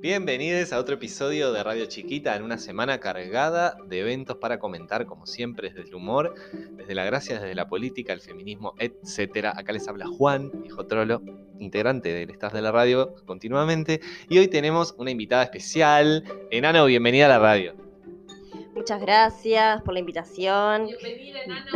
Bienvenidos a otro episodio de Radio Chiquita en una semana cargada de eventos para comentar, como siempre, desde el humor, desde la gracia, desde la política, el feminismo, etc. Acá les habla Juan, hijo trolo, integrante del staff de la radio continuamente. Y hoy tenemos una invitada especial. Enano, bienvenida a la radio. Muchas gracias por la invitación. Bienvenida, Enano.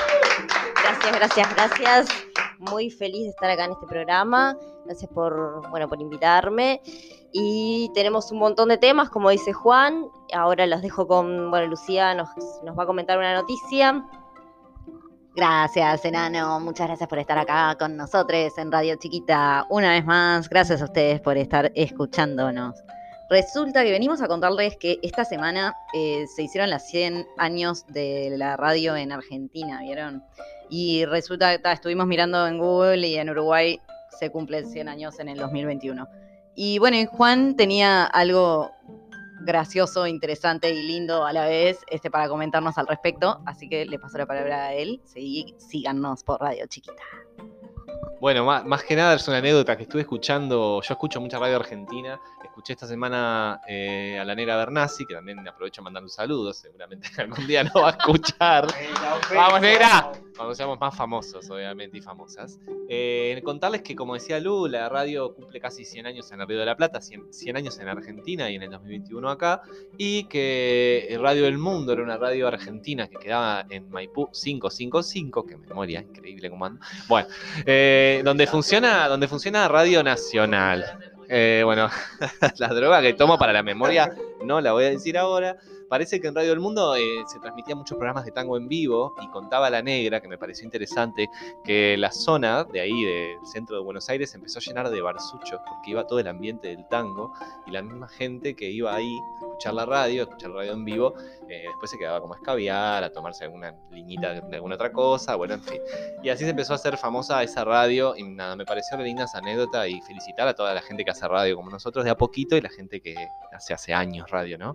Gracias. Muy feliz de estar acá en este programa. Gracias por invitarme. Y tenemos un montón de temas, como dice Juan. Ahora los dejo con, Lucía nos va a comentar una noticia. Gracias, Enano. Muchas gracias por estar acá con nosotros en Radio Chiquita. Una vez más, gracias a ustedes por estar escuchándonos. Resulta que venimos a contarles que esta semana se hicieron las 100 años de la radio en Argentina, ¿vieron? Y resulta que estuvimos mirando en Google y en Uruguay se cumplen 100 años en el 2021. Y bueno, Juan tenía algo gracioso, interesante y lindo a la vez para comentarnos al respecto, así que le paso la palabra a él. Síganos por Radio Chiquita. Bueno, más que nada es una anécdota que estuve escuchando. Yo escucho mucha radio argentina. Escuché esta semana a la Negra Bernasi, que también aprovecho a mandar un saludo. Seguramente algún día nos va a escuchar. ¡Vamos, Negra! Cuando seamos más famosos, obviamente, y famosas. Contarles que, como decía Lu, la radio cumple casi 100 años en el Río de la Plata, 100 años en Argentina y en el 2021 acá. Y que Radio del Mundo era una radio argentina que quedaba en Maipú 555. ¡Qué memoria! Increíble cómo ando. Bueno. Donde funciona Radio Nacional. La droga que tomo para la memoria no la voy a decir ahora. Parece que en Radio del Mundo se transmitían muchos programas de tango en vivo y contaba la Negra, que me pareció interesante, que la zona de ahí, del centro de Buenos Aires, se empezó a llenar de barsuchos porque iba todo el ambiente del tango y la misma gente que iba ahí a escuchar la radio en vivo, después se quedaba como a escabiar, a tomarse alguna liñita de alguna otra cosa, bueno, en fin. Y así se empezó a hacer famosa esa radio y nada, me pareció re linda esa anécdota y felicitar a toda la gente que hace radio como nosotros de a poquito y la gente que hace años radio, ¿no?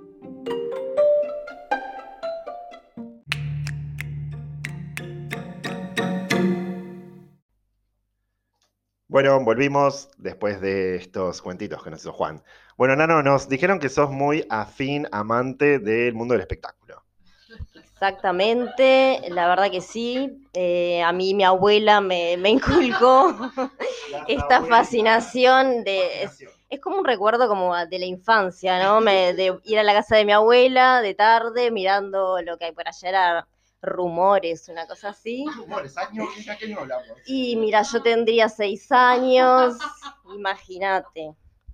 Bueno, volvimos después de estos cuentitos que nos hizo Juan. Bueno, Nano, nos dijeron que sos muy afín, amante del mundo del espectáculo. Exactamente, la verdad que sí. A mí mi abuela me inculcó esta fascinación es como un recuerdo como de la infancia, ¿no? De ir a la casa de mi abuela de tarde mirando lo que hay por allá, era Rumores, una cosa así. Rumores, ¿años? ¿A qué no hablamos? Y mira, yo tendría 6 años, imagínate.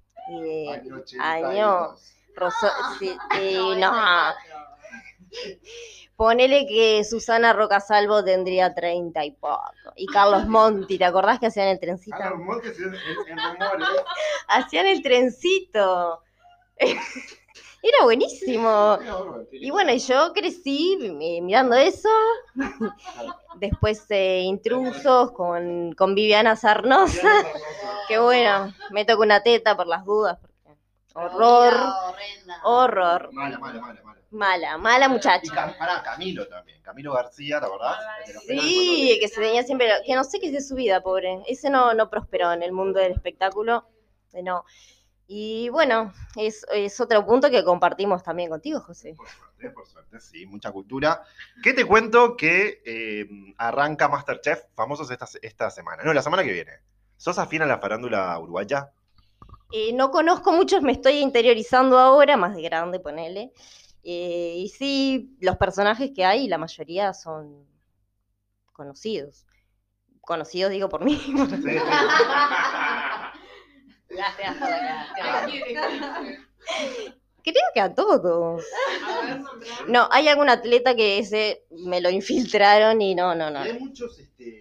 No. Ponele que Susana Rocasalvo tendría 30 y poco. Y Carlos Monti, ¿te acordás que hacían el trencito? Carlos Monti hacían en Rumores. Hacían el trencito. Era buenísimo. Y bueno, yo crecí mirando eso. Después Intrusos con Viviana Sarnosa. Que bueno, me tocó una teta por las dudas. Horror. Mala muchacha. Y para Camilo también. Camilo García, ¿la verdad? Sí, que se tenía siempre. Que no sé qué es de su vida, pobre. Ese no prosperó en el mundo del espectáculo. No. Y bueno, es otro punto que compartimos también contigo, José. Por suerte, sí, mucha cultura. ¿Qué te cuento que arranca MasterChef Famosos esta semana? No, la semana que viene. ¿Sos afín a la farándula uruguaya? No conozco muchos, me estoy interiorizando ahora, más de grande, ponele. Y sí, los personajes que hay, la mayoría son conocidos. Conocidos digo por mí. Sí. Creo que a todos. No, hay algún atleta que ese me lo infiltraron y no. Hay muchos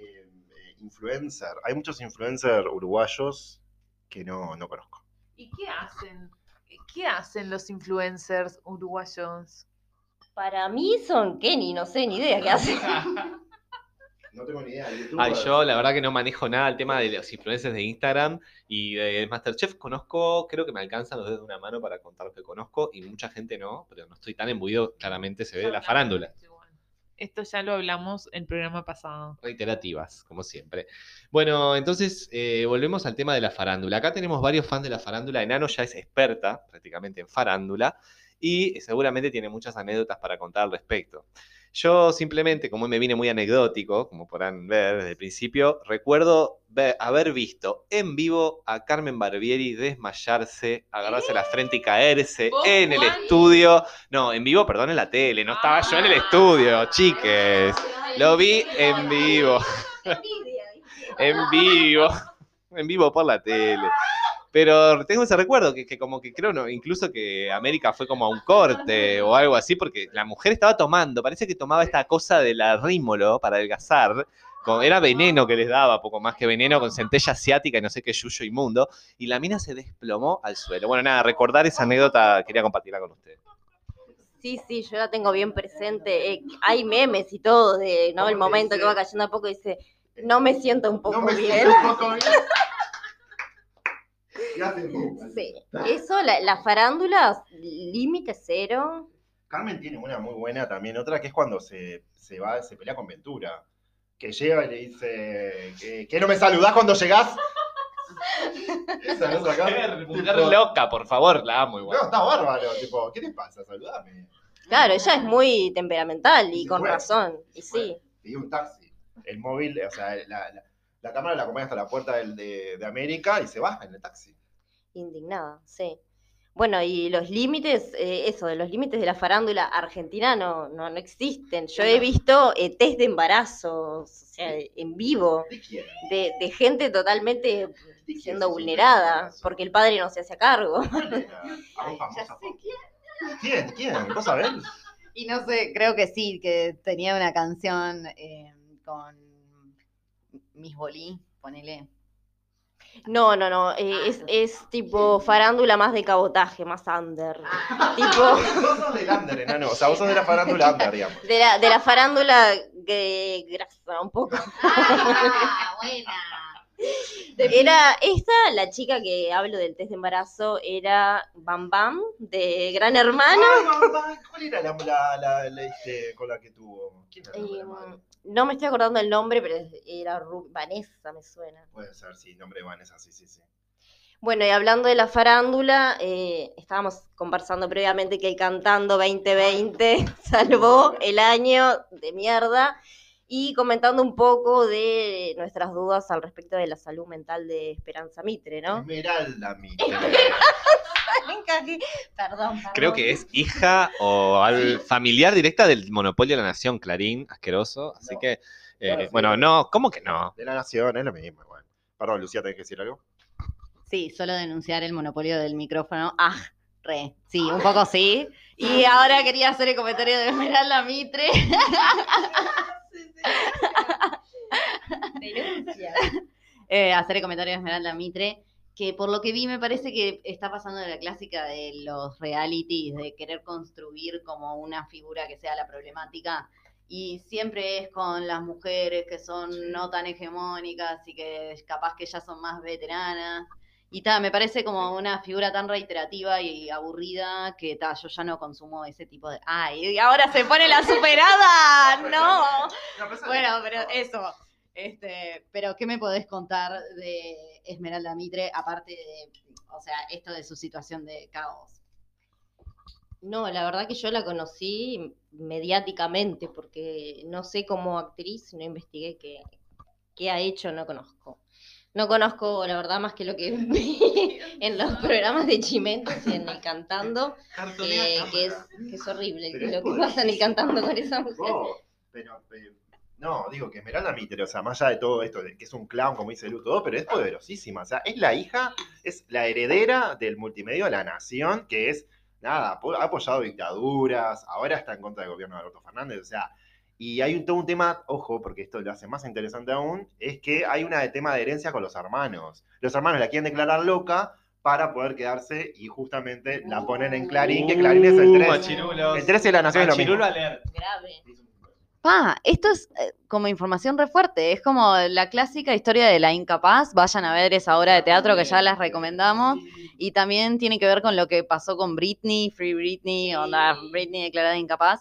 influencers uruguayos que no conozco. ¿Y qué hacen? ¿Qué hacen los influencers uruguayos? Para mí son Kenny, no sé, ni idea qué hacen. No tengo ni idea. Yo la verdad que no manejo nada el tema de los influencers de Instagram y de MasterChef. Conozco, creo que me alcanzan los dedos de una mano para contar lo que conozco y mucha gente no, pero no estoy tan embuido, claramente se ve, de la farándula. Esto ya lo hablamos en el programa pasado. Reiterativas, como siempre. Bueno, entonces volvemos al tema de la farándula. Acá tenemos varios fans de la farándula. Enano ya es experta prácticamente en farándula y seguramente tiene muchas anécdotas para contar al respecto. Yo simplemente, como me vine muy anecdótico, como podrán ver desde el principio, recuerdo haber visto en vivo a Carmen Barbieri desmayarse, agarrarse la frente y caerse ¿Vos, en el Juan? estudio. No, en vivo, perdón, en la tele. No estaba yo en el estudio, chiques. Lo vi en vivo. En vivo. En vivo por la tele. Pero tengo ese recuerdo que como que creo, no, incluso que América fue como a un corte o algo así, porque la mujer estaba tomando, parece que tomaba esta cosa de la rímolo para adelgazar, era veneno que les daba, poco más que veneno, con centella asiática y no sé qué yuyo inmundo, y la mina se desplomó al suelo. Bueno, nada, recordar esa anécdota quería compartirla con ustedes. Sí, yo la tengo bien presente. Hay memes y todo de, ¿no? El momento que va cayendo a poco y dice, no me siento un poco bien. Sí. Eso, la farándula, límite cero. Carmen tiene una muy buena también, otra que es cuando se pelea con Ventura. Que llega y le dice, ¿qué no me saludás cuando llegás? Esa no Mujer loca, por favor, la amo igual. No, está bárbaro, tipo, ¿qué te pasa? Saludame. Claro, ella es muy temperamental y Se con fue. razón. Y sí. Pidió un taxi. El móvil, o sea, la cámara la acompaña hasta la puerta de América y se va en el taxi. Indignada, sí. Bueno, y los límites, eso, de los límites de la farándula argentina no existen. Yo he visto test de embarazo, o sea, en vivo, ¿De quién? de gente totalmente quién siendo se vulnerada, hizo porque el padre no se hace cargo. ¿Cuál era? ¿A vos famosa? ¿Quién? ¿Vos sabés? Y no sé, creo que sí, que tenía una canción con Miss Bolí, ponele. No, es tipo farándula más de cabotaje, más under. Tipo, Vos sos del under, enano. O sea, vos sos de la farándula under, digamos. de la farándula grasa, un poco. Ah, buena. Era esta, la chica que hablo del test de embarazo, era Bam Bam, de Gran Hermano. Ay, mamá, ¿cuál era con la que tuvo? ¿Quién era la madre? No me estoy acordando el nombre, pero era Vanessa, me suena. Puede ser, sí, nombre de Vanessa, sí. Bueno, y hablando de la farándula, estábamos conversando previamente que el Cantando 2020 salvó el año de mierda y comentando un poco de nuestras dudas al respecto de la salud mental de Esperanza Mitre, ¿no? Esmeralda Mitre. Perdón. Creo que es hija o familiar directa del monopolio de la nación, Clarín, asqueroso. Así No. que, Bueno, bueno, sí. no, ¿cómo que no? De la Nación, es lo mismo, igual. Perdón, Lucía, ¿tenés que decir algo? Sí, solo denunciar el monopolio del micrófono. Ah, sí, un poco sí. Y ahora quería hacer el comentario de Esmeralda Mitre. Denuncia. Hacer el comentario de Esmeralda Mitre, que por lo que vi me parece que está pasando de la clásica de los realities, de querer construir como una figura que sea la problemática, y siempre es con las mujeres que son no tan hegemónicas y que capaz que ya son más veteranas. Y me parece como una figura tan reiterativa y aburrida que yo ya no consumo ese tipo de... ¡Ay! Y ahora se pone la superada. ¡No! Bueno, pero eso. Pero ¿qué me podés contar de Esmeralda Mitre, aparte de, o sea, esto de su situación de caos? No, la verdad que yo la conocí mediáticamente, porque no sé como actriz, no investigué qué ha hecho, no conozco. No conozco, la verdad, más que lo que vi en los programas de Chimentos y en el Cantando, que es horrible lo que pasa en el Cantando con esa mujer. No, digo que Esmeralda Mitre, o sea, más allá de todo esto, de que es un clown, como dice Lu, todo, pero es poderosísima. O sea, es la hija, es la heredera del multimedio de la nación, que es, nada, ha apoyado dictaduras, ahora está en contra del gobierno de Alberto Fernández, o sea, y hay todo un tema, ojo, porque esto lo hace más interesante aún, es que hay un tema de herencia con los hermanos. Los hermanos la quieren declarar loca para poder quedarse y justamente la ponen en Clarín, que Clarín es el 13. Machirulos. El 13 de la nación es lo mismo. Machirulo alert. Grave. Esto es como información re fuerte, es como la clásica historia de la incapaz. Vayan a ver esa obra de teatro que ya las recomendamos, y también tiene que ver con lo que pasó con Britney, Free Britney, onda Britney declarada incapaz,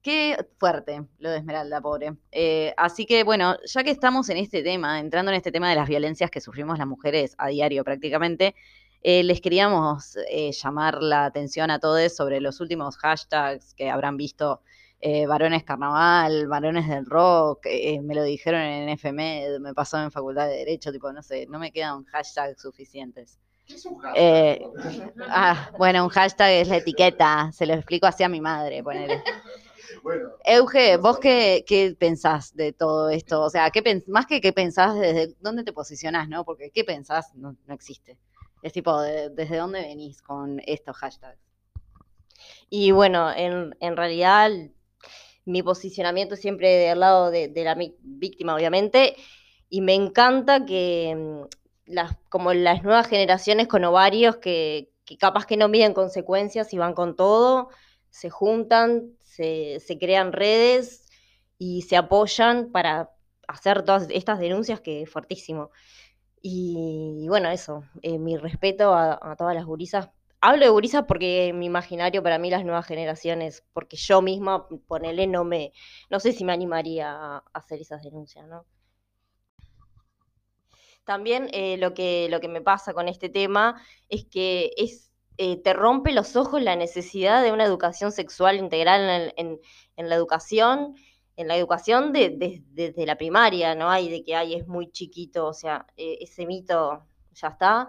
Qué fuerte lo de Esmeralda, pobre. Así que, bueno, ya que estamos en este tema, entrando en este tema de las violencias que sufrimos las mujeres a diario prácticamente, les queríamos llamar la atención a todos sobre los últimos hashtags que habrán visto. Varones carnaval, varones del rock, me lo dijeron en FMED, me pasó en Facultad de Derecho, tipo, no sé, no me quedan hashtags suficientes. ¿Qué es un hashtag? Bueno, un hashtag es la etiqueta, se lo explico así a mi madre, ponele. Bueno, Euge, ¿vos qué pensás de todo esto? O sea, más que qué pensás, desde dónde te posicionás, ¿no? Porque qué pensás no existe. Es tipo, ¿desde dónde venís con estos hashtags? Y bueno, en realidad mi posicionamiento es siempre del lado de la víctima, obviamente, y me encanta que como las nuevas generaciones con ovarios que capaz que no miden consecuencias y van con todo, se juntan, se crean redes y se apoyan para hacer todas estas denuncias que es fuertísimo. Y bueno, eso, mi respeto a todas las gurisas. Hablo de gurisas porque en mi imaginario para mí las nuevas generaciones, porque yo misma, ponele, no sé si me animaría a hacer esas denuncias, ¿no? También lo que me pasa con este tema es que te rompe los ojos la necesidad de una educación sexual integral en la educación, desde la primaria, ¿no? Hay de que es muy chiquito, o sea, ese mito ya está.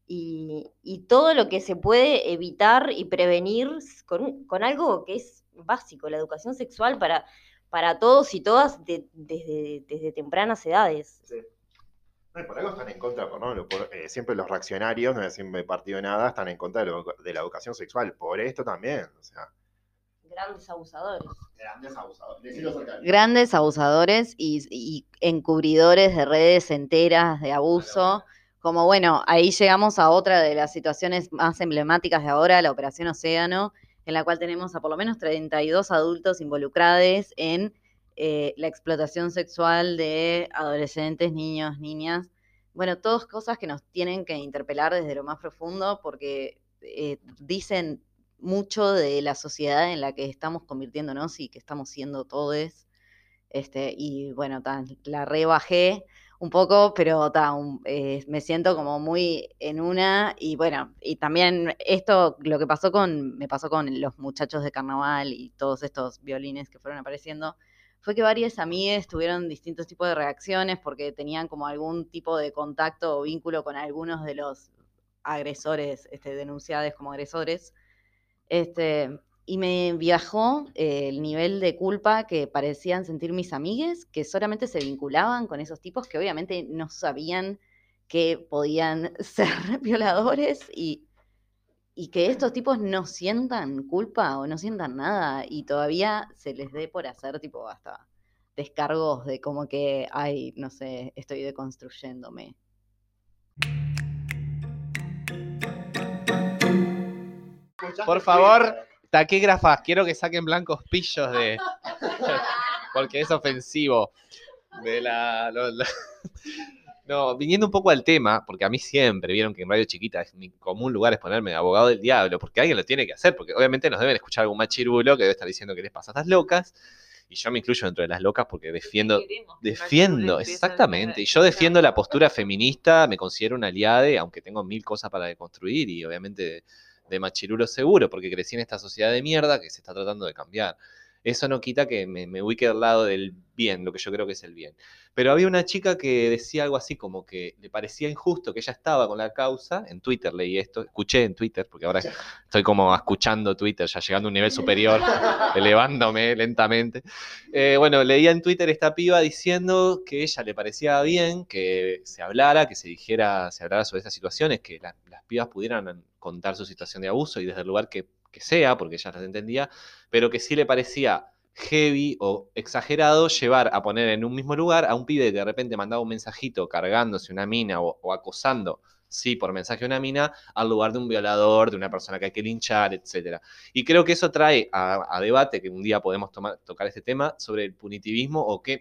Y todo lo que se puede evitar y prevenir con algo que es básico, la educación sexual para todos y todas desde tempranas edades. sí. No, y por algo están en contra, ¿no? Siempre los reaccionarios, no es siempre partido de nada, están en contra de la educación sexual. Por esto también, o sea. Grandes abusadores. Grandes abusadores. Decilo cerca. Grandes abusadores y encubridores de redes enteras de abuso. Como bueno, ahí llegamos a otra de las situaciones más emblemáticas de ahora, la Operación Océano, en la cual tenemos a por lo menos 32 adultos involucrados en la explotación sexual de adolescentes, niños, niñas. Bueno, todas cosas que nos tienen que interpelar desde lo más profundo porque dicen mucho de la sociedad en la que estamos convirtiéndonos y que estamos siendo todes. Y bueno, la rebajé un poco, pero me siento como muy en una. Y bueno, y también esto, lo que me pasó con los muchachos de carnaval y todos estos violines que fueron apareciendo, fue que varias amigas tuvieron distintos tipos de reacciones porque tenían como algún tipo de contacto o vínculo con algunos de los agresores, denunciados como agresores. Y me viajó el nivel de culpa que parecían sentir mis amigues, que solamente se vinculaban con esos tipos que obviamente no sabían que podían ser violadores y que estos tipos no sientan culpa o no sientan nada y todavía se les dé por hacer tipo hasta descargos de como que, ay, no sé, estoy deconstruyéndome. Por favor, taquígrafas, quiero que saquen blancos pillos porque es ofensivo. No, viniendo un poco al tema, porque a mí siempre vieron que en Radio Chiquita es mi común lugar es ponerme de abogado del diablo, porque alguien lo tiene que hacer, porque obviamente nos deben escuchar algún machirulo que debe estar diciendo que les pasa a estas locas, y yo me incluyo dentro de las locas porque defiendo, exactamente, y yo defiendo la postura feminista, me considero una aliada, aunque tengo mil cosas para deconstruir, y obviamente de machirulo seguro, porque crecí en esta sociedad de mierda que se está tratando de cambiar. Eso no quita que me ubique al lado del bien, lo que yo creo que es el bien. Pero había una chica que decía algo así como que le parecía injusto que ella estaba con la causa. En Twitter leí esto, escuché en Twitter, porque ahora estoy como escuchando Twitter, ya llegando a un nivel superior, elevándome lentamente. Bueno, leía en Twitter esta piba diciendo que a ella le parecía bien que se hablara, que se hablara sobre estas situaciones, que las pibas pudieran contar su situación de abuso y desde el lugar que sea, porque ella las entendía, pero que sí le parecía heavy o exagerado llevar a poner en un mismo lugar a un pibe que de repente mandaba un mensajito cargándose una mina o acosando, sí, por mensaje a una mina, al lugar de un violador, de una persona que hay que linchar, etc. Y creo que eso trae a debate, que un día podemos tocar este tema, sobre el punitivismo o qué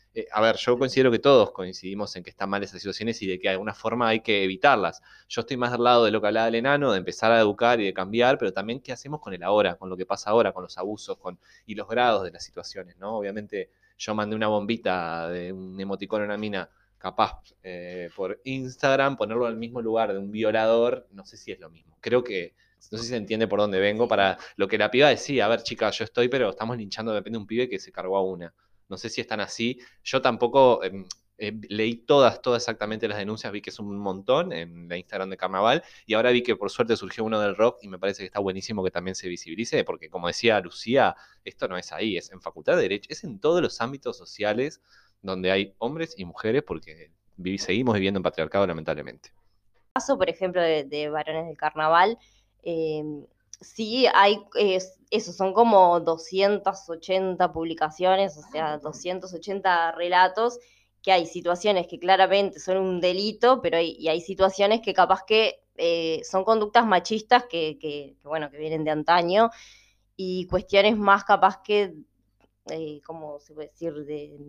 A ver, yo considero que todos coincidimos en que están mal esas situaciones y de que de alguna forma hay que evitarlas. Yo estoy más del lado de lo que hablaba el enano, de empezar a educar y de cambiar, pero también qué hacemos con el ahora, con lo que pasa ahora, con los abusos y los grados de las situaciones, ¿no? Obviamente yo mandé una bombita de un emoticón a una mina, capaz por Instagram, ponerlo al mismo lugar de un violador, no sé si es lo mismo. Creo que, no sé si se entiende por dónde vengo, para lo que la piba decía, a ver chica, yo estoy, pero estamos linchando de repente a un pibe que se cargó a una. No sé si están así. Yo tampoco leí todas exactamente las denuncias, vi que es un montón en la Instagram de Carnaval, y ahora vi que por suerte surgió uno del rock y me parece que está buenísimo que también se visibilice, porque como decía Lucía, esto no es ahí, es en Facultad de Derecho, es en todos los ámbitos sociales donde hay hombres y mujeres, porque seguimos viviendo en patriarcado lamentablemente. Caso, por ejemplo, de varones del carnaval, sí hay, eso, son como 280 publicaciones, o sea, 280 relatos, que hay situaciones que claramente son un delito, pero hay situaciones que capaz que son conductas machistas bueno, que vienen de antaño, y cuestiones más capaz que, ¿cómo se puede decir?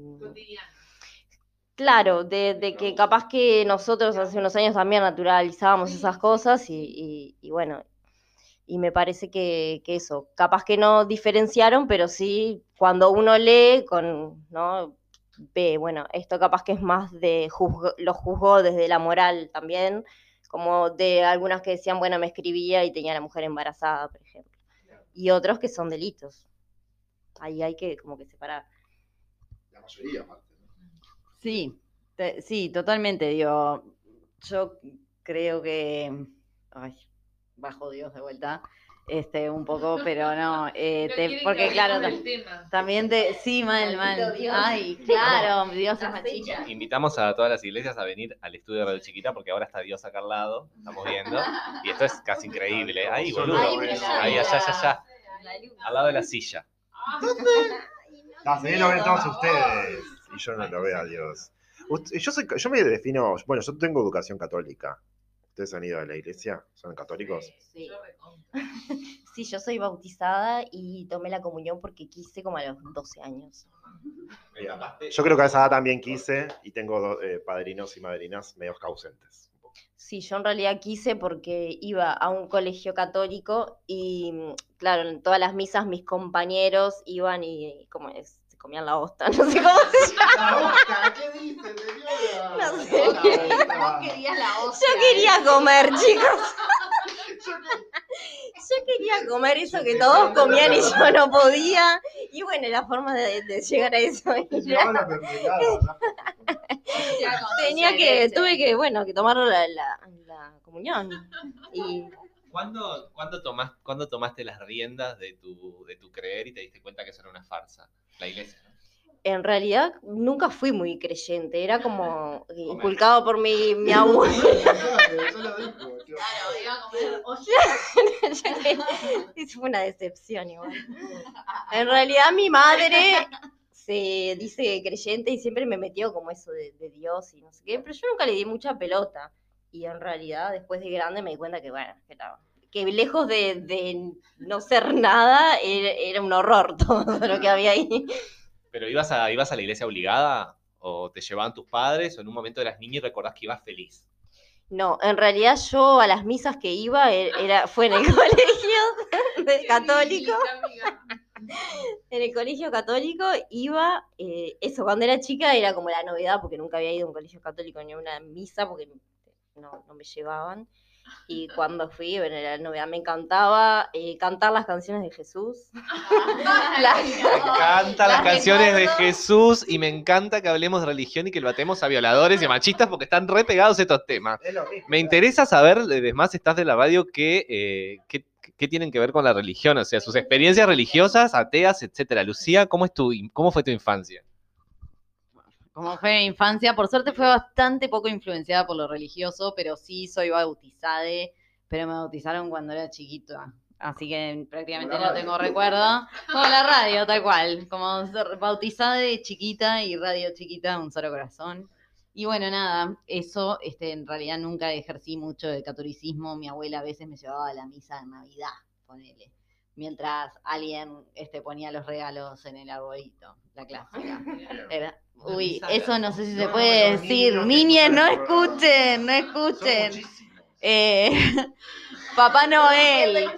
Claro, de que capaz que nosotros hace unos años también naturalizábamos esas cosas y bueno, y me parece que eso, capaz que no diferenciaron, pero sí cuando uno lee, ¿no? Ve, bueno, esto capaz que es más lo juzgó desde la moral también, como de algunas que decían, bueno, me escribía y tenía a la mujer embarazada, por ejemplo, y otros que son delitos. Ahí hay que como que separar. La mayoría, aparte. Sí, sí, totalmente, digo, yo creo que, ay, bajo Dios de vuelta, un poco, pero no, porque claro, también sí, mal, Dios. ay, claro, Dios es machista. Invitamos a todas las iglesias a venir al estudio de Radio Chiquita porque ahora está Dios acá al lado, estamos viendo, y esto es casi increíble. Ahí, boludo. Ahí, allá. Al lado de la silla. No, se lo ven todos ustedes. Y yo no lo veo a Dios. Yo me defino, bueno, yo tengo educación católica. ¿Ustedes han ido a la iglesia? ¿Son católicos? Sí. Sí, yo soy bautizada y tomé la comunión porque quise como a los 12 años. Yo creo que a esa edad también quise y tengo padrinos y madrinas medios ausentes. Sí, yo en realidad quise porque iba a un colegio católico y, claro, en todas las misas mis compañeros iban y como se comían la hosta, no sé cómo se llama. ¡La hosta! ¿Qué dices, señora? No sé. Vos querías la hostia. Yo quería comer, chicos. Yo quería comer eso que todos comían y yo no podía. Y bueno, la forma de llegar a eso era... tuve que tomar la comunión. Y ¿Cuándo tomaste las riendas de tu creer y te diste cuenta que eso era una farsa? La iglesia, ¿no? en realidad nunca fui muy creyente, era como inculcado por mi abuela. Claro, iba a comer Eso fue una decepción igual. En realidad mi madre se dice creyente y siempre me metió como eso de Dios y no sé qué, pero yo nunca le di mucha pelota. Y en realidad después de grande me di cuenta que bueno, que lejos de no ser nada, era un horror todo lo que había ahí. ¿Pero ibas a la iglesia obligada? ¿O te llevaban tus padres? ¿O en un momento eras niña y recordás que ibas feliz? No, en realidad yo a las misas que iba fue en el colegio católico. En el colegio católico iba, eso, cuando era chica era como la novedad, porque nunca había ido a un colegio católico ni a una misa, porque no me llevaban. Y cuando fui, bueno, era la novedad, me encantaba cantar las canciones de Jesús. Me encantan las canciones de Jesús y me encanta que hablemos de religión y que lo atemos a violadores y a machistas porque están re pegados estos temas. Me interesa saber, además estás de la radio, qué tienen que ver con la religión, o sea, sus experiencias religiosas, ateas, etcétera. Lucía, ¿cómo fue tu infancia? Como fue mi infancia, por suerte fue bastante poco influenciada por lo religioso, pero sí soy bautizada, pero me bautizaron cuando era chiquita. Así que prácticamente no tengo recuerdo. Como la radio, tal cual. Como bautizada de chiquita y radio chiquita, un solo corazón. Y bueno, nada, eso en realidad nunca ejercí mucho de catolicismo. Mi abuela a veces me llevaba a la misa de Navidad, ponele. mientras alguien ponía los regalos en el arbolito, la clásica. Uy, eso no sé si se puede decir. Niñas, no escuchen, no escuchen. Papá Noel,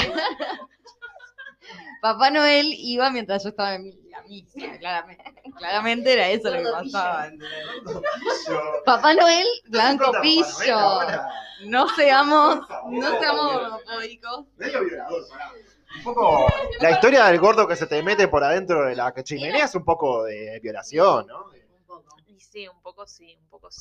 Papá Noel iba mientras yo estaba en la misa, claramente era eso lo que pasaba. Papá Noel, blanco pillo. No seamos homofóbicos. Un poco la historia del gordo que se te mete por adentro de la chimenea es un poco de violación, ¿no? Y sí, un poco sí.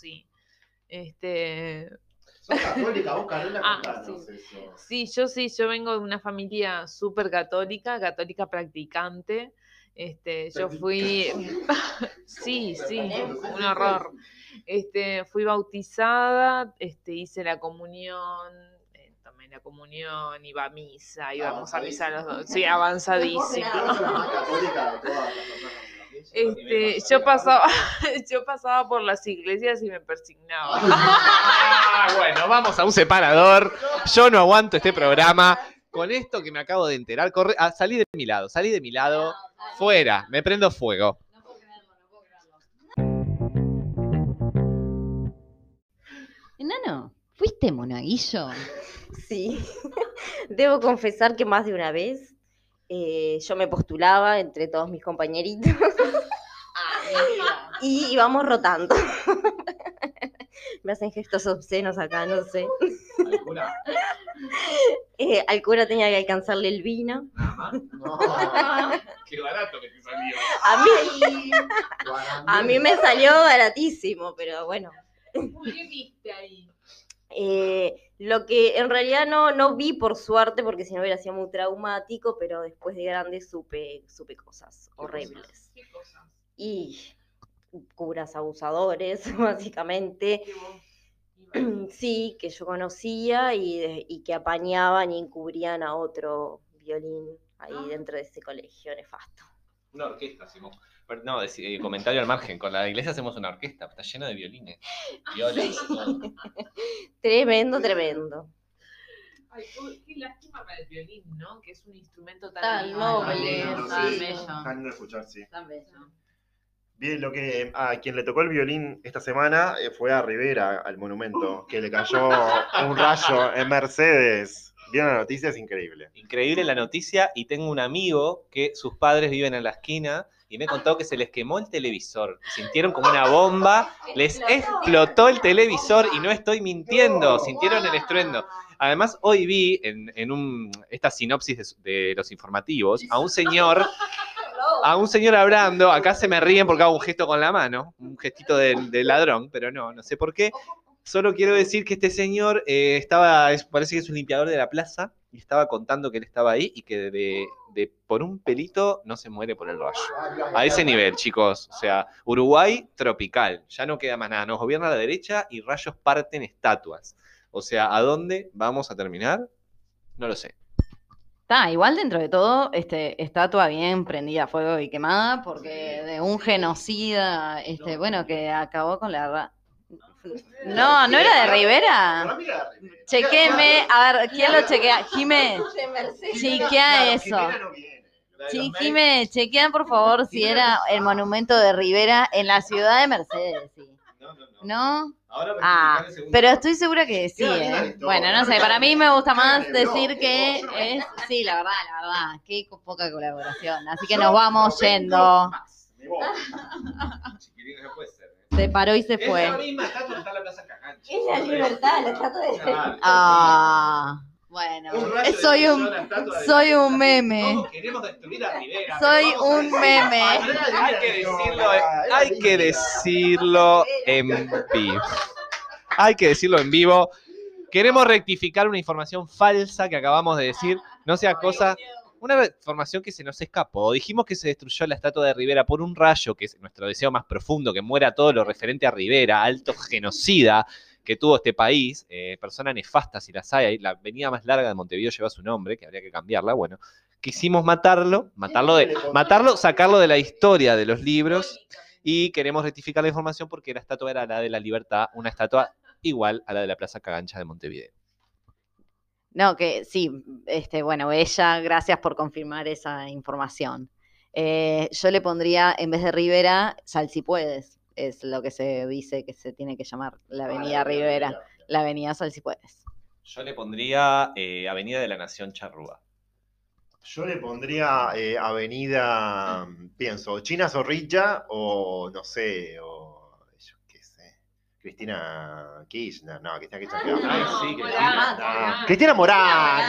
¿Sos católica vos, Carola? Contanos eso. Sí, yo vengo de una familia súper católica practicante. Yo fui, sí, un horror. Fui bautizada, hice la comunión, tomé la comunión, iba a misa, íbamos a misa los dos. Sí, avanzadísima. Yo pasaba por las iglesias y me persignaba. Bueno, vamos a un separador. Yo no aguanto este programa. Con esto que me acabo de enterar, salí de mi lado. Fuera, me prendo fuego. No puedo creerlo. Enano, ¿fuiste monaguillo? Sí, debo confesar que más de una vez yo me postulaba entre todos mis compañeritos y íbamos rotando. Me hacen gestos obscenos acá, no sé. Al cura tenía que alcanzarle el vino. No. Qué barato que te salió. A mí me salió baratísimo, pero bueno. ¿Qué viste ahí? Lo que en realidad no vi por suerte, porque si no hubiera sido muy traumático, pero después de grande supe cosas horribles. ¿Qué cosas? Y curas abusadores, básicamente. Sí, que yo conocía y que apañaban y encubrían a otro violín ahí dentro de ese colegio nefasto. Una orquesta hacemos. No, comentario al margen. Con la iglesia hacemos una orquesta, está lleno de violines. Violas, todo. Tremendo. Ay, qué lástima para el violín, ¿no? Que es un instrumento Tan noble, tan bello. Tan lindo escuchar, sí. Tan bello. Bien, a quien le tocó el violín esta semana fue a Rivera, al monumento, que le cayó un rayo en Mercedes. ¿Vieron la noticia? Es increíble. Increíble la noticia, y tengo un amigo que sus padres viven en la esquina y me contó que se les quemó el televisor. Sintieron como una bomba, les explotó el televisor y no estoy mintiendo, sintieron el estruendo. Además, hoy vi en esta sinopsis de los informativos a un señor hablando. Acá se me ríen porque hago un gesto con la mano, un gestito de ladrón, pero no sé por qué. Solo quiero decir que este señor parece que es un limpiador de la plaza y estaba contando que él estaba ahí y que de por un pelito no se muere por el rayo. A ese nivel, chicos. O sea, Uruguay tropical. Ya no queda más nada. Nos gobierna la derecha y rayos parten estatuas. O sea, ¿a dónde vamos a terminar? No lo sé. Igual dentro de todo, estatua bien prendida a fuego y quemada, porque de un genocida, bueno, que acabó con la... No era de Rivera. Chequeme, a ver, ¿quién lo chequea? Jimé, chequea eso. Sí, Jimé, chequean por favor si era el monumento de Rivera en la ciudad de Mercedes. Sí. ¿No? Pero estoy segura que sí, ¿eh? Bueno, no sé, para mí me gusta más decir que es... Sí, la verdad, qué poca colaboración. Así que nos vamos yendo. Se paró y se fue. Es la misma estatua que está en la Plaza Cagancha. Es la libertad, la estatua de... Bueno, soy un meme. No, queremos destruir a Rivera. Soy un meme. Hay que decirlo en vivo. Hay que decirlo en vivo. Queremos rectificar una información falsa que acabamos de decir. No sea cosa... Una información que se nos escapó. Dijimos que se destruyó la estatua de Rivera por un rayo, que es nuestro deseo más profundo, que muera todo lo referente a Rivera, alto genocida que tuvo este país, persona nefasta si las hay. La avenida más larga de Montevideo lleva su nombre, que habría que cambiarla. Bueno, quisimos matarlo, sacarlo de la historia de los libros, y queremos rectificar la información porque la estatua era la de la Libertad, una estatua igual a la de la Plaza Cagancha de Montevideo. No, que sí, bueno, ella, gracias por confirmar esa información. Yo le pondría, en vez de Rivera, Salsipuedes, es lo que se dice que se tiene que llamar la Avenida Rivera, la Avenida Salsipuedes. Yo le pondría Avenida de la Nación Charrúa. Yo le pondría Avenida, pienso, China Zorrilla o no sé, o yo qué sé, Cristina Kirchner. No, Cristina Kirchner. Ay, sí, Cristina. No. Cristina Morán.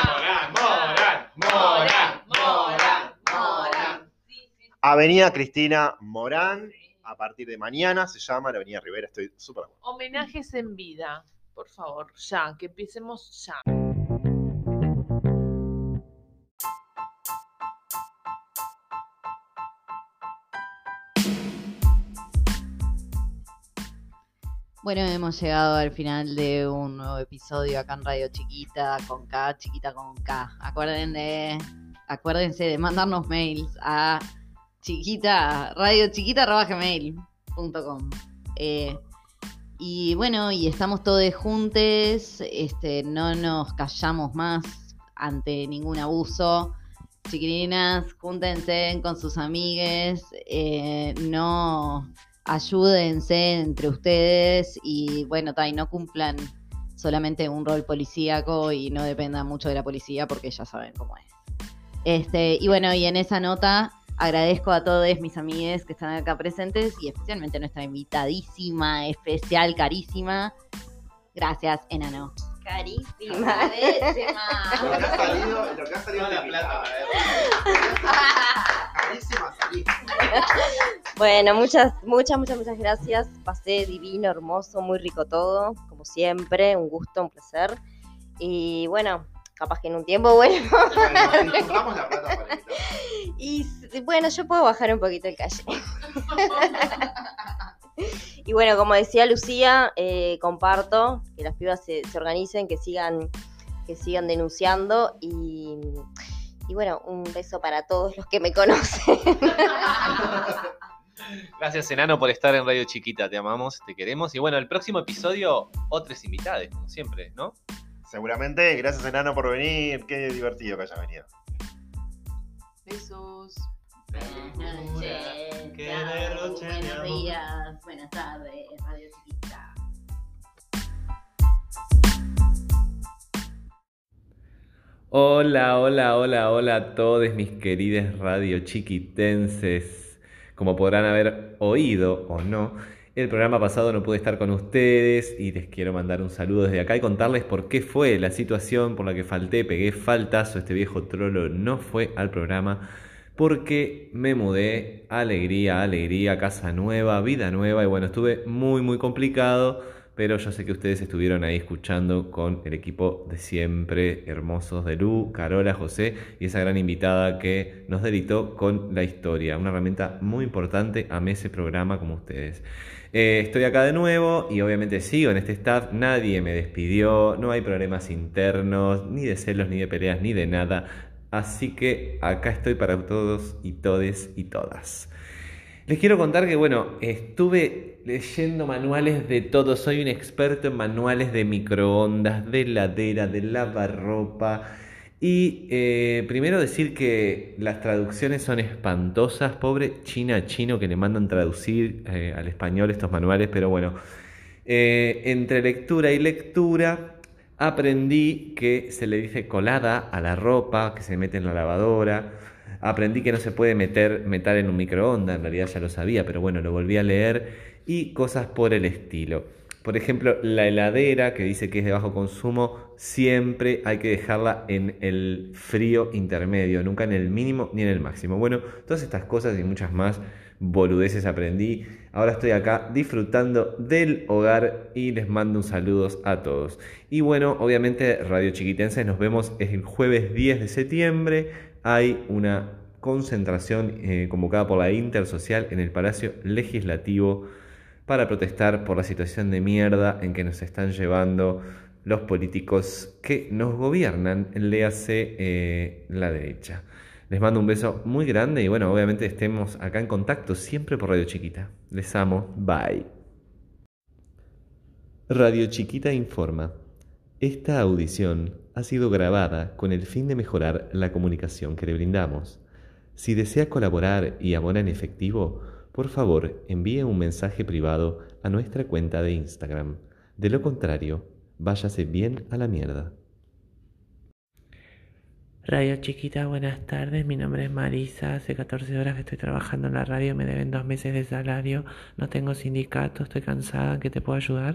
Avenida Cristina Morán. A partir de mañana se llama la Avenida Rivera. Estoy súper de acuerdo. Homenajes en vida, por favor, ya, que empecemos ya. Bueno, hemos llegado al final de un nuevo episodio acá en Radio Chiquita, con K, Chiquita con K. Acuérdense de mandarnos mails a radiochiquita@gmail.com. Y bueno, y estamos todos juntos, no nos callamos más ante ningún abuso. Chiquilinas, júntense con sus amigues, no... ayúdense entre ustedes y bueno, no cumplan solamente un rol policíaco y no dependan mucho de la policía porque ya saben cómo es. Y bueno, y en esa nota agradezco a todos mis amigues que están acá presentes y especialmente a nuestra invitadísima, especial, carísima. Gracias, Enano. Carísima. Lo que ha salido de plata. Carísima salida. Bueno, muchas gracias. Pasé divino, hermoso, muy rico todo, como siempre. Un gusto, un placer. Y bueno, capaz que en un tiempo vuelvo. Juntamos la plata para evitar. Y bueno, yo puedo bajar un poquito el calle. Y bueno, como decía Lucía, comparto que las pibas se organicen, que sigan denunciando y bueno, un beso para todos los que me conocen. Gracias, Enano, por estar en Radio Chiquita. Te amamos, te queremos. Y bueno, el próximo episodio, otros invitados, como siempre, ¿no? Seguramente. Gracias, Enano, por venir. Qué divertido que hayas venido. Besos. Buenas noches. Buenos días. Buenas tardes. Radio Chiquita. Hola a todos mis queridos radiochiquitenses. Como podrán haber oído o no, el programa pasado no pude estar con ustedes y les quiero mandar un saludo desde acá y contarles por qué fue la situación por la que pegué faltazo, este viejo trolo no fue al programa porque me mudé, alegría, casa nueva, vida nueva y bueno, estuve muy complicado, pero yo sé que ustedes estuvieron ahí escuchando con el equipo de siempre, hermosos de Lu, Carola, José y esa gran invitada que nos deleitó con la historia, una herramienta muy importante, amé ese programa como ustedes. Estoy acá de nuevo y obviamente sigo en este staff, nadie me despidió, no hay problemas internos, ni de celos, ni de peleas, ni de nada, así que acá estoy para todos y todes y todas. Les quiero contar que, bueno, estuve leyendo manuales de todo. Soy un experto en manuales de microondas, de heladera, de lavarropa. Y primero decir que las traducciones son espantosas. Pobre chino que le mandan traducir al español estos manuales. Pero bueno, entre lectura y lectura aprendí que se le dice colada a la ropa que se mete en la lavadora. Aprendí que no se puede meter en un microondas, en realidad ya lo sabía, pero bueno, lo volví a leer y cosas por el estilo. Por ejemplo, la heladera, que dice que es de bajo consumo, siempre hay que dejarla en el frío intermedio, nunca en el mínimo ni en el máximo. Bueno, todas estas cosas y muchas más boludeces aprendí. Ahora estoy acá disfrutando del hogar y les mando un saludo a todos. Y bueno, obviamente Radio Chiquitenses, nos vemos el jueves 10 de septiembre. Hay una concentración convocada por la Intersocial en el Palacio Legislativo para protestar por la situación de mierda en que nos están llevando los políticos que nos gobiernan, léase la derecha. Les mando un beso muy grande y bueno, obviamente estemos acá en contacto siempre por Radio Chiquita. Les amo, bye. Radio Chiquita informa. Esta audición ha sido grabada con el fin de mejorar la comunicación que le brindamos. Si desea colaborar y abona en efectivo, por favor envíe un mensaje privado a nuestra cuenta de Instagram. De lo contrario, váyase bien a la mierda. Radio Chiquita, buenas tardes. Mi nombre es Marisa. Hace 14 horas que estoy trabajando en la radio. Me deben 2 meses de salario. No tengo sindicato. Estoy cansada. ¿En qué te puedo ayudar?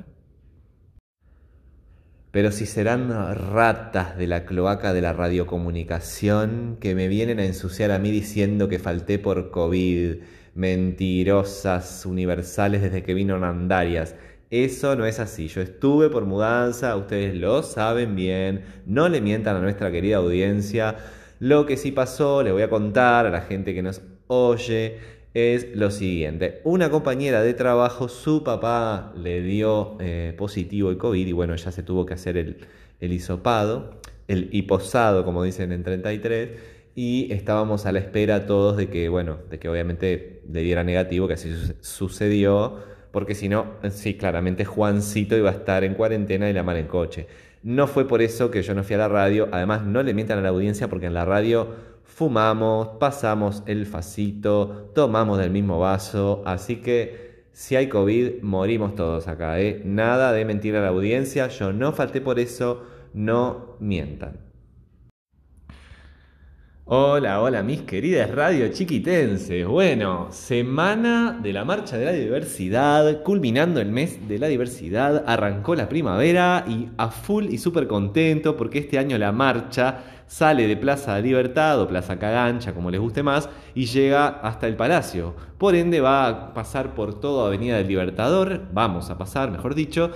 Pero si serán ratas de la cloaca de la radiocomunicación que me vienen a ensuciar a mí diciendo que falté por COVID, mentirosas universales desde que vino Andarias. Eso no es así. Yo estuve por mudanza, ustedes lo saben bien, no le mientan a nuestra querida audiencia. Lo que sí pasó, le voy a contar a la gente que nos oye, es lo siguiente. Una compañera de trabajo, su papá le dio positivo el COVID y bueno, ya se tuvo que hacer el hisopado, el hiposado, como dicen en 33, y estábamos a la espera todos de que, bueno, de que obviamente le diera negativo, que así sucedió, porque si no, sí, claramente Juancito iba a estar en cuarentena y la mala en coche. No fue por eso que yo no fui a la radio, además no le mientan a la audiencia porque en la radio fumamos, pasamos el facito, tomamos del mismo vaso, así que si hay COVID, morimos todos acá, ¿eh? Nada de mentir a la audiencia, yo no falté por eso, no mientan. Hola, hola mis queridas radio chiquitenses. Bueno, semana de la Marcha de la Diversidad, culminando el mes de la diversidad, arrancó la primavera y a full y súper contento porque este año la marcha sale de Plaza Libertad o Plaza Cagancha, como les guste más, y llega hasta el Palacio. Por ende va a pasar por toda Avenida del Libertador, vamos a pasar, mejor dicho,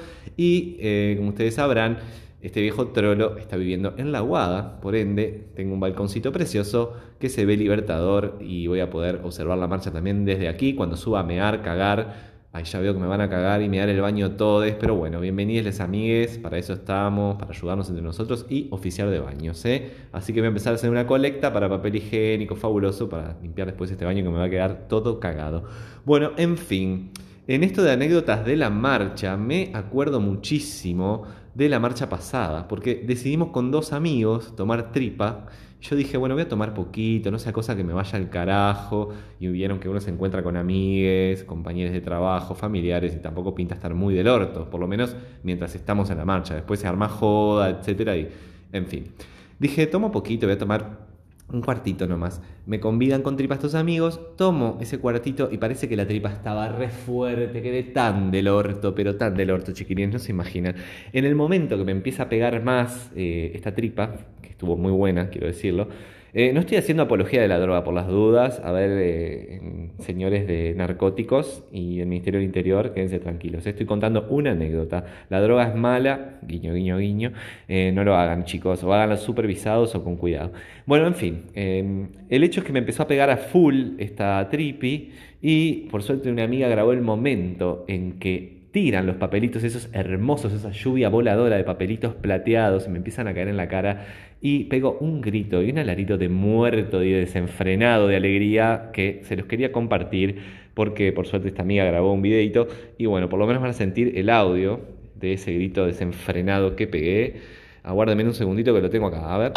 y como ustedes sabrán, este viejo trolo está viviendo en La Aguada, por ende tengo un balconcito precioso que se ve Libertador y voy a poder observar la marcha también desde aquí cuando suba a mear, cagar. Ahí ya veo que me van a cagar y mear el baño todes, pero bueno, bienvenidos les amigues, para eso estamos, para ayudarnos entre nosotros y oficiar de baños, ¿eh? Así que voy a empezar a hacer una colecta para papel higiénico fabuloso para limpiar después este baño que me va a quedar todo cagado. Bueno, en fin, en esto de anécdotas de la marcha me acuerdo muchísimo de la marcha pasada, porque decidimos con 2 amigos tomar tripa. Yo dije, bueno, voy a tomar poquito, no sea cosa que me vaya al carajo. Y vieron que uno se encuentra con amigues, compañeros de trabajo, familiares, y tampoco pinta estar muy del orto, por lo menos mientras estamos en la marcha. Después se arma joda, etcétera, y en fin. Dije, tomo poquito, voy a tomar un cuartito nomás. Me convidan con tripa estos amigos, tomo ese cuartito y parece que la tripa estaba re fuerte, quedé tan del orto, pero tan del orto, chiquilines, no se imaginan. En el momento que me empieza a pegar más esta tripa, que estuvo muy buena, quiero decirlo, no estoy haciendo apología de la droga por las dudas. A ver, señores de narcóticos y el Ministerio del Interior, quédense tranquilos. Estoy contando una anécdota. La droga es mala, guiño, guiño, guiño. No lo hagan, chicos, o háganlo supervisados o con cuidado. Bueno, en fin, el hecho es que me empezó a pegar a full esta tripi y por suerte una amiga grabó el momento en que tiran los papelitos esos hermosos, esa lluvia voladora de papelitos plateados y me empiezan a caer en la cara y pego un grito y un alarido de muerto y de desenfrenado de alegría que se los quería compartir porque por suerte esta amiga grabó un videito y bueno, por lo menos van a sentir el audio de ese grito desenfrenado que pegué. Aguárdenme un segundito que lo tengo acá, a ver.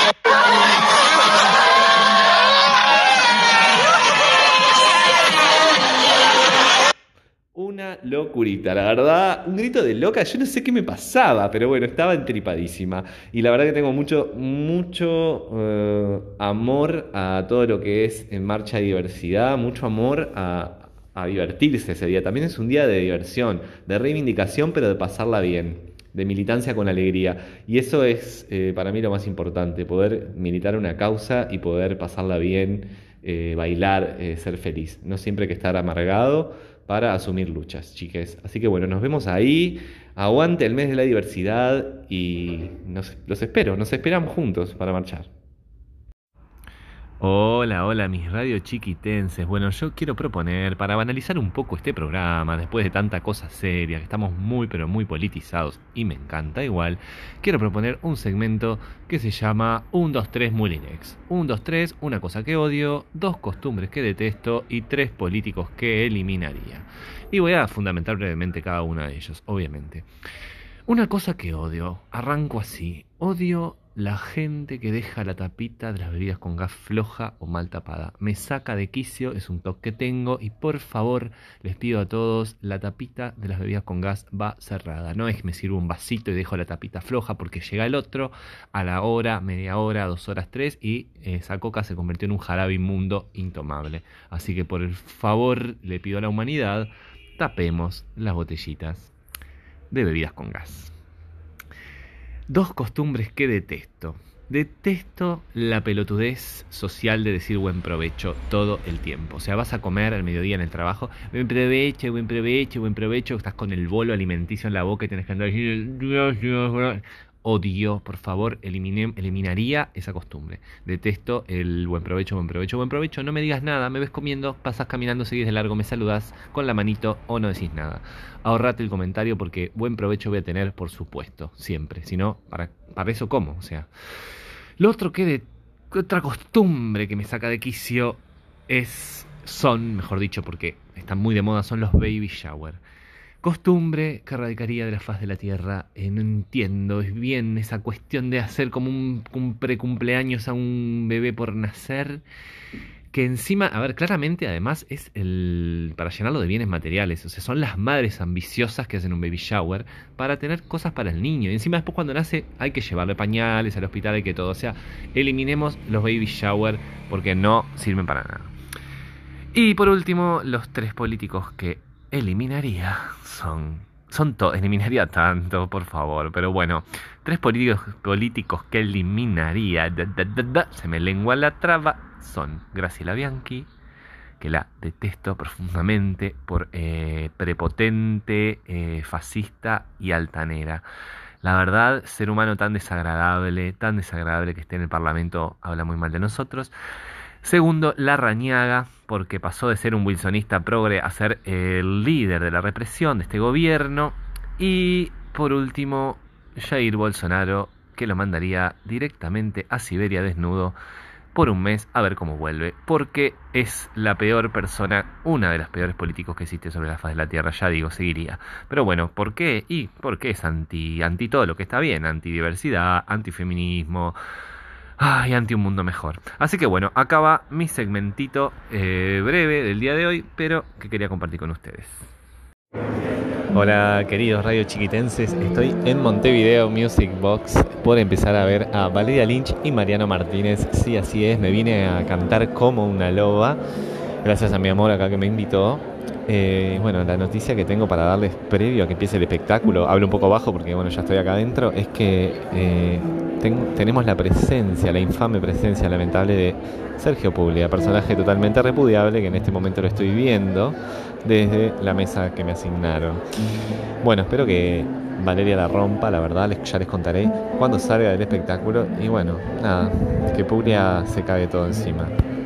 Una locurita, la verdad, un grito de loca, yo no sé qué me pasaba, pero bueno, estaba entripadísima. Y la verdad que tengo mucho amor a todo lo que es en marcha de diversidad, mucho amor a divertirse ese día. También es un día de diversión, de reivindicación, pero de pasarla bien, de militancia con alegría. Y eso es para mí lo más importante, poder militar una causa y poder pasarla bien, bailar, ser feliz. No siempre hay que estar amargado para asumir luchas, chiques. Así que bueno, nos vemos ahí. Aguante el mes de la diversidad y los espero, nos esperamos juntos para marchar. Hola, hola mis radio chiquitenses. Bueno, yo quiero proponer, para banalizar un poco este programa, después de tanta cosa seria, que estamos muy pero muy politizados y me encanta igual, quiero proponer un segmento que se llama 1, 2, 3 Mulinex. 1, 2, 3, una cosa que odio, 2 costumbres que detesto y 3 políticos que eliminaría. Y voy a fundamentar brevemente cada uno de ellos, obviamente. Una cosa que odio, arranco así, odio la gente que deja la tapita de las bebidas con gas floja o mal tapada. Me saca de quicio, es un toque que tengo y por favor les pido a todos, la tapita de las bebidas con gas va cerrada. No es que me sirvo un vasito y dejo la tapita floja porque llega el otro a la hora, media hora, 2 horas, 3 y esa coca se convirtió en un jarabe inmundo intomable. Así que por el favor le pido a la humanidad, tapemos las botellitas de bebidas con gas. Dos costumbres que detesto. Detesto la pelotudez social de decir buen provecho todo el tiempo. O sea, vas a comer al mediodía en el trabajo, buen provecho, buen provecho, buen provecho. Estás con el bolo alimenticio en la boca y tienes que andar diciendo odio, por favor, eliminaría esa costumbre. Detesto el buen provecho, buen provecho, buen provecho. No me digas nada, me ves comiendo, pasas caminando, seguís de largo, me saludas con la manito o no decís nada. Ahorrate el comentario porque buen provecho voy a tener, por supuesto, siempre. Si no, para eso como, o sea. Lo otro otra costumbre que me saca de quicio mejor dicho, porque están muy de moda, son los baby shower. Costumbre que erradicaría de la faz de la tierra. No entiendo, es bien esa cuestión de hacer como un precumpleaños a un bebé por nacer. Que encima, a ver, claramente además es para llenarlo de bienes materiales. O sea, son las madres ambiciosas que hacen un baby shower para tener cosas para el niño. Y encima después cuando nace hay que llevarle pañales al hospital, hay que todo. O sea, eliminemos los baby shower porque no sirven para nada. Y por último, los 3 políticos que eliminaría eliminaría tanto, por favor, pero bueno, 3 políticos que eliminaría, se me lengua la traba, son Graciela Bianchi, que la detesto profundamente por prepotente, fascista y altanera. La verdad, ser humano tan desagradable que esté en el Parlamento, habla muy mal de nosotros. Segundo, Larrañaga, porque pasó de ser un wilsonista progre a ser el líder de la represión de este gobierno. Y por último, Jair Bolsonaro, que lo mandaría directamente a Siberia desnudo por un mes a ver cómo vuelve, porque es la peor persona, una de las peores políticos que existe sobre la faz de la tierra, ya digo, seguiría. Pero bueno, ¿por qué? Y porque es anti todo lo que está bien, antidiversidad, antifeminismo, y anti un mundo mejor. Así que bueno, acaba mi segmentito breve del día de hoy, pero que quería compartir con ustedes. Hola queridos radio chiquitenses, estoy en Montevideo Music Box por empezar a ver a Valeria Lynch y Mariano Martínez. Sí, así es, me vine a cantar como una loba, gracias a mi amor acá que me invitó. Bueno, la noticia que tengo para darles previo a que empiece el espectáculo, hablo un poco bajo porque bueno, ya estoy acá adentro, es que tenemos la infame presencia lamentable de Sergio Puglia, personaje totalmente repudiable que en este momento lo estoy viendo desde la mesa que me asignaron. Bueno, espero que Valeria la rompa, la verdad, ya les contaré cuando salga del espectáculo y bueno, nada, que Puglia se cague todo encima.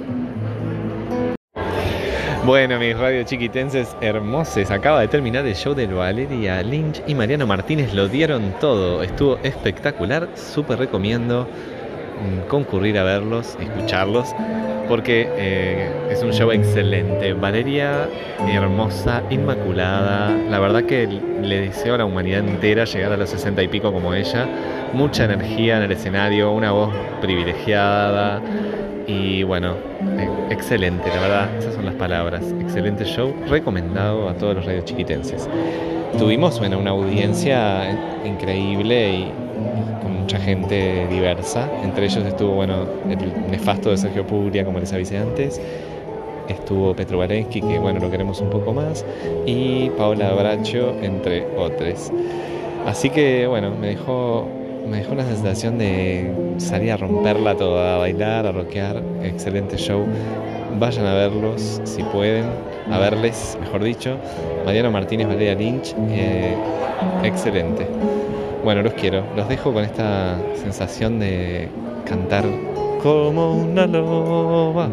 Bueno, mis radio chiquitenses hermosos, acaba de terminar el show de Valeria Lynch y Mariano Martínez, lo dieron todo, estuvo espectacular, súper recomiendo concurrir a verlos, escucharlos, porque es un show excelente. Valeria, hermosa, inmaculada, la verdad que le deseo a la humanidad entera llegar a los 60 y pico como ella, mucha energía en el escenario, una voz privilegiada. Y bueno, excelente, la verdad, esas son las palabras. Excelente show, recomendado a todos los radios chiquitenses. Tuvimos una audiencia increíble y con mucha gente diversa. Entre ellos estuvo, el nefasto de Sergio Puglia, como les avisé antes. Estuvo Petro Valensky, que lo queremos un poco más. Y Paola Bracho, entre otros. Así que me dejó una sensación de salir a romperla toda, a bailar, a rockear. Excelente show. Vayan a verlos si pueden, a verles, mejor dicho. Mariano Martínez, Valeria Lynch, excelente. Bueno, los quiero. Los dejo con esta sensación de cantar como una loba.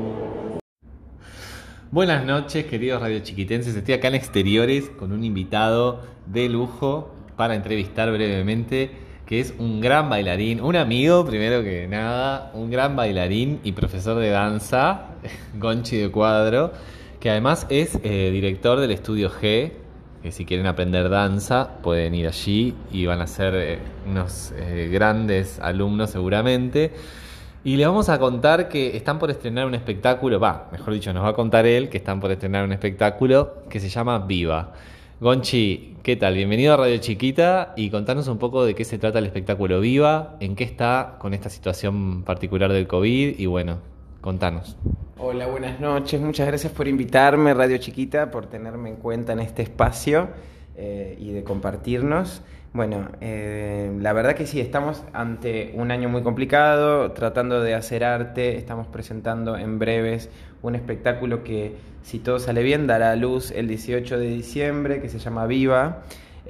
Buenas noches, queridos radiochiquitenses. Estoy acá en Exteriores con un invitado de lujo para entrevistar brevemente, que es un gran bailarín, un amigo primero que nada, un gran bailarín y profesor de danza, Gonchi de Cuadro, que además es director del Estudio G, que si quieren aprender danza pueden ir allí y van a ser unos grandes alumnos seguramente. Y les vamos a contar que están por estrenar un espectáculo, mejor dicho, nos va a contar él que están por estrenar un espectáculo que se llama Viva. Gonchi, ¿qué tal? Bienvenido a Radio Chiquita y contanos un poco de qué se trata el espectáculo Viva, en qué está con esta situación particular del COVID y bueno, contanos. Hola, buenas noches, muchas gracias por invitarme, Radio Chiquita, por tenerme en cuenta en este espacio y de compartirnos. Bueno, la verdad que sí, estamos ante un año muy complicado, tratando de hacer arte, estamos presentando en breves un espectáculo que, si todo sale bien, dará a luz el 18 de diciembre, que se llama Viva.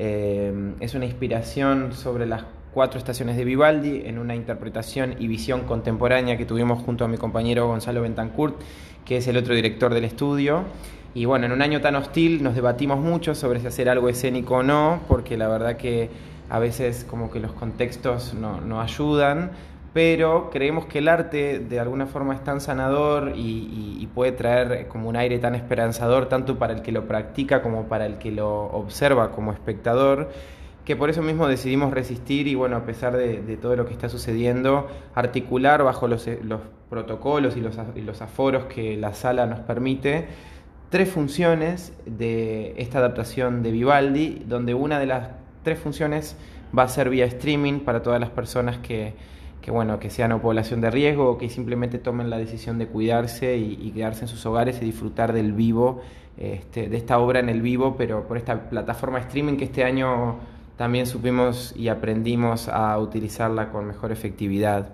Es una inspiración sobre las 4 estaciones de Vivaldi, en una interpretación y visión contemporánea que tuvimos junto a mi compañero Gonzalo Bentancourt, que es el otro director del estudio. Y bueno, en un año tan hostil nos debatimos mucho sobre si hacer algo escénico o no, porque la verdad que a veces como que los contextos no ayudan, pero creemos que el arte de alguna forma es tan sanador y puede traer como un aire tan esperanzador tanto para el que lo practica como para el que lo observa como espectador, que por eso mismo decidimos resistir y bueno, a pesar de todo lo que está sucediendo, articular bajo los protocolos y los aforos que la sala nos permite 3 funciones de esta adaptación de Vivaldi, donde una de las 3 funciones va a ser vía streaming para todas las personas que sean o población de riesgo o que simplemente tomen la decisión de cuidarse y quedarse en sus hogares y disfrutar del vivo, de esta obra en el vivo, pero por esta plataforma de streaming que este año también supimos y aprendimos a utilizarla con mejor efectividad.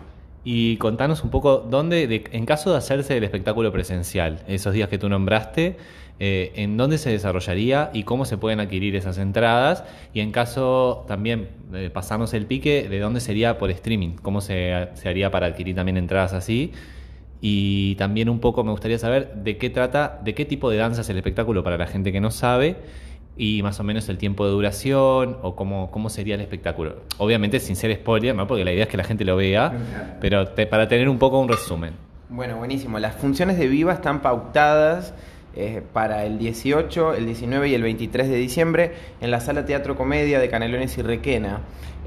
Y contanos un poco en caso de hacerse el espectáculo presencial, esos días que tú nombraste, en dónde se desarrollaría y cómo se pueden adquirir esas entradas, y en caso también de pasarnos el pique, de dónde sería por streaming, cómo se haría para adquirir también entradas así. Y también un poco me gustaría saber de qué tipo de danza es el espectáculo para la gente que no sabe, y más o menos el tiempo de duración o cómo sería el espectáculo. Obviamente sin ser spoiler, ¿no? Porque la idea es que la gente lo vea, pero para tener un poco un resumen. Bueno, buenísimo. Las funciones de Viva están pautadas para el 18, el 19 y el 23 de diciembre en la Sala Teatro Comedia de Canelones y Requena.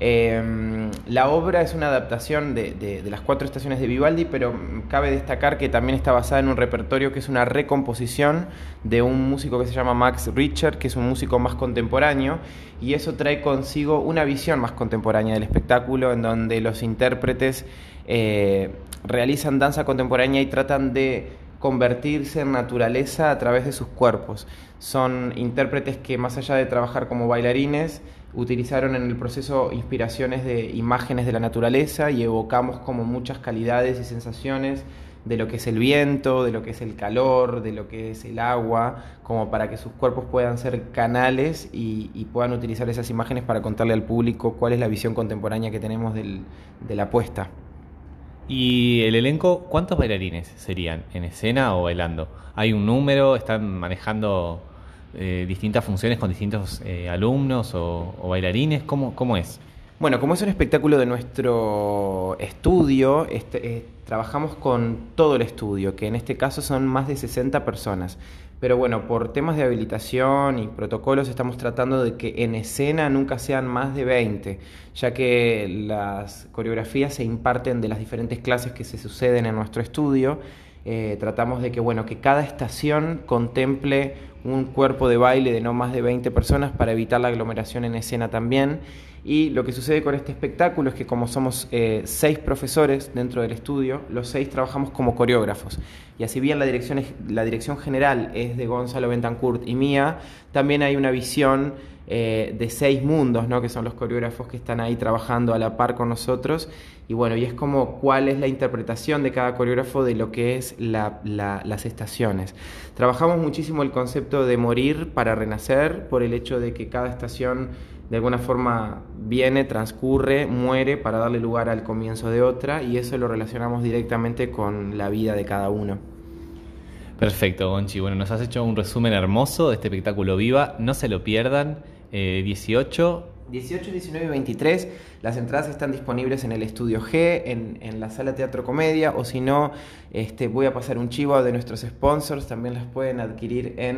La obra es una adaptación de las 4 estaciones de Vivaldi, pero cabe destacar que también está basada en un repertorio que es una recomposición de un músico que se llama Max Richter, que es un músico más contemporáneo, y eso trae consigo una visión más contemporánea del espectáculo, en donde los intérpretes realizan danza contemporánea y tratan de convertirse en naturaleza a través de sus cuerpos. Son intérpretes que, más allá de trabajar como bailarines, utilizaron en el proceso inspiraciones de imágenes de la naturaleza y evocamos como muchas calidades y sensaciones de lo que es el viento, de lo que es el calor, de lo que es el agua, como para que sus cuerpos puedan ser canales y puedan utilizar esas imágenes para contarle al público cuál es la visión contemporánea que tenemos de la puesta. Y el elenco, ¿cuántos bailarines serían en escena o bailando? ¿Hay un número? ¿Están manejando distintas funciones con distintos alumnos o bailarines? ¿Cómo es? Bueno, como es un espectáculo de nuestro estudio, trabajamos con todo el estudio, que en este caso son más de 60 personas. Pero bueno, por temas de habilitación y protocolos estamos tratando de que en escena nunca sean más de 20, ya que las coreografías se imparten de las diferentes clases que se suceden en nuestro estudio. Tratamos de que cada estación contemple un cuerpo de baile de no más de 20 personas para evitar la aglomeración en escena también. Y lo que sucede con este espectáculo es que como somos 6 profesores dentro del estudio, los 6 trabajamos como coreógrafos. Y así bien la dirección general es de Gonzalo Bentancourt y mía, también hay una visión de 6 mundos, ¿no? Que son los coreógrafos que están ahí trabajando a la par con nosotros. Y bueno, y es como cuál es la interpretación de cada coreógrafo de lo que es las estaciones. Trabajamos muchísimo el concepto de morir para renacer, por el hecho de que cada estación de alguna forma viene, transcurre, muere para darle lugar al comienzo de otra, y eso lo relacionamos directamente con la vida de cada uno. Perfecto, Gonchi. Bueno, nos has hecho un resumen hermoso de este espectáculo Viva. No se lo pierdan. 18, 19 y 23, las entradas están disponibles en el Estudio G, en la Sala Teatro Comedia, o si no, voy a pasar un chivo de nuestros sponsors, también las pueden adquirir en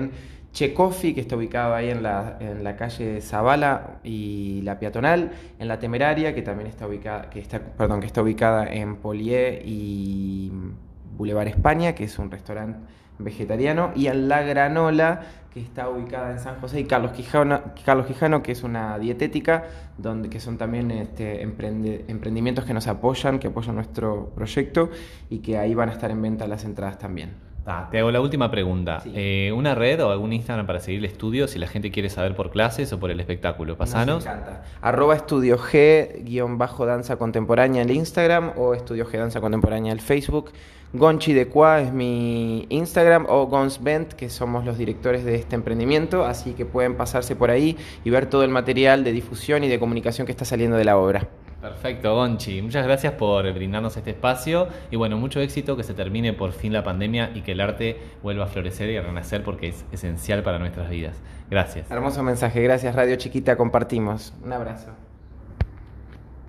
Che Coffee, que está ubicado ahí en la calle Zabala y la Peatonal, en La Temeraria, que también está ubicada en Polié y Boulevard España, que es un restaurante vegetariano, y en La Granola, que está ubicada en San José, y Carlos Quijano, que es una dietética, que son también emprendimientos que nos apoyan, que apoyan nuestro proyecto, y que ahí van a estar en venta las entradas también. Te hago la última pregunta. Sí. ¿Una red o algún Instagram para seguir el estudio si la gente quiere saber por clases o por el espectáculo? Pasanos. Nos encanta. @Estudio G_danza contemporánea el Instagram o Estudio G Danza Contemporánea el Facebook. Gonchi de Qua es mi Instagram o Gonsbent, que somos los directores de este emprendimiento, así que pueden pasarse por ahí y ver todo el material de difusión y de comunicación que está saliendo de la obra. Perfecto, Gonchi. Muchas gracias por brindarnos este espacio y bueno, mucho éxito, que se termine por fin la pandemia y que el arte vuelva a florecer y a renacer porque es esencial para nuestras vidas. Gracias. Hermoso mensaje, gracias Radio Chiquita, compartimos. Un abrazo.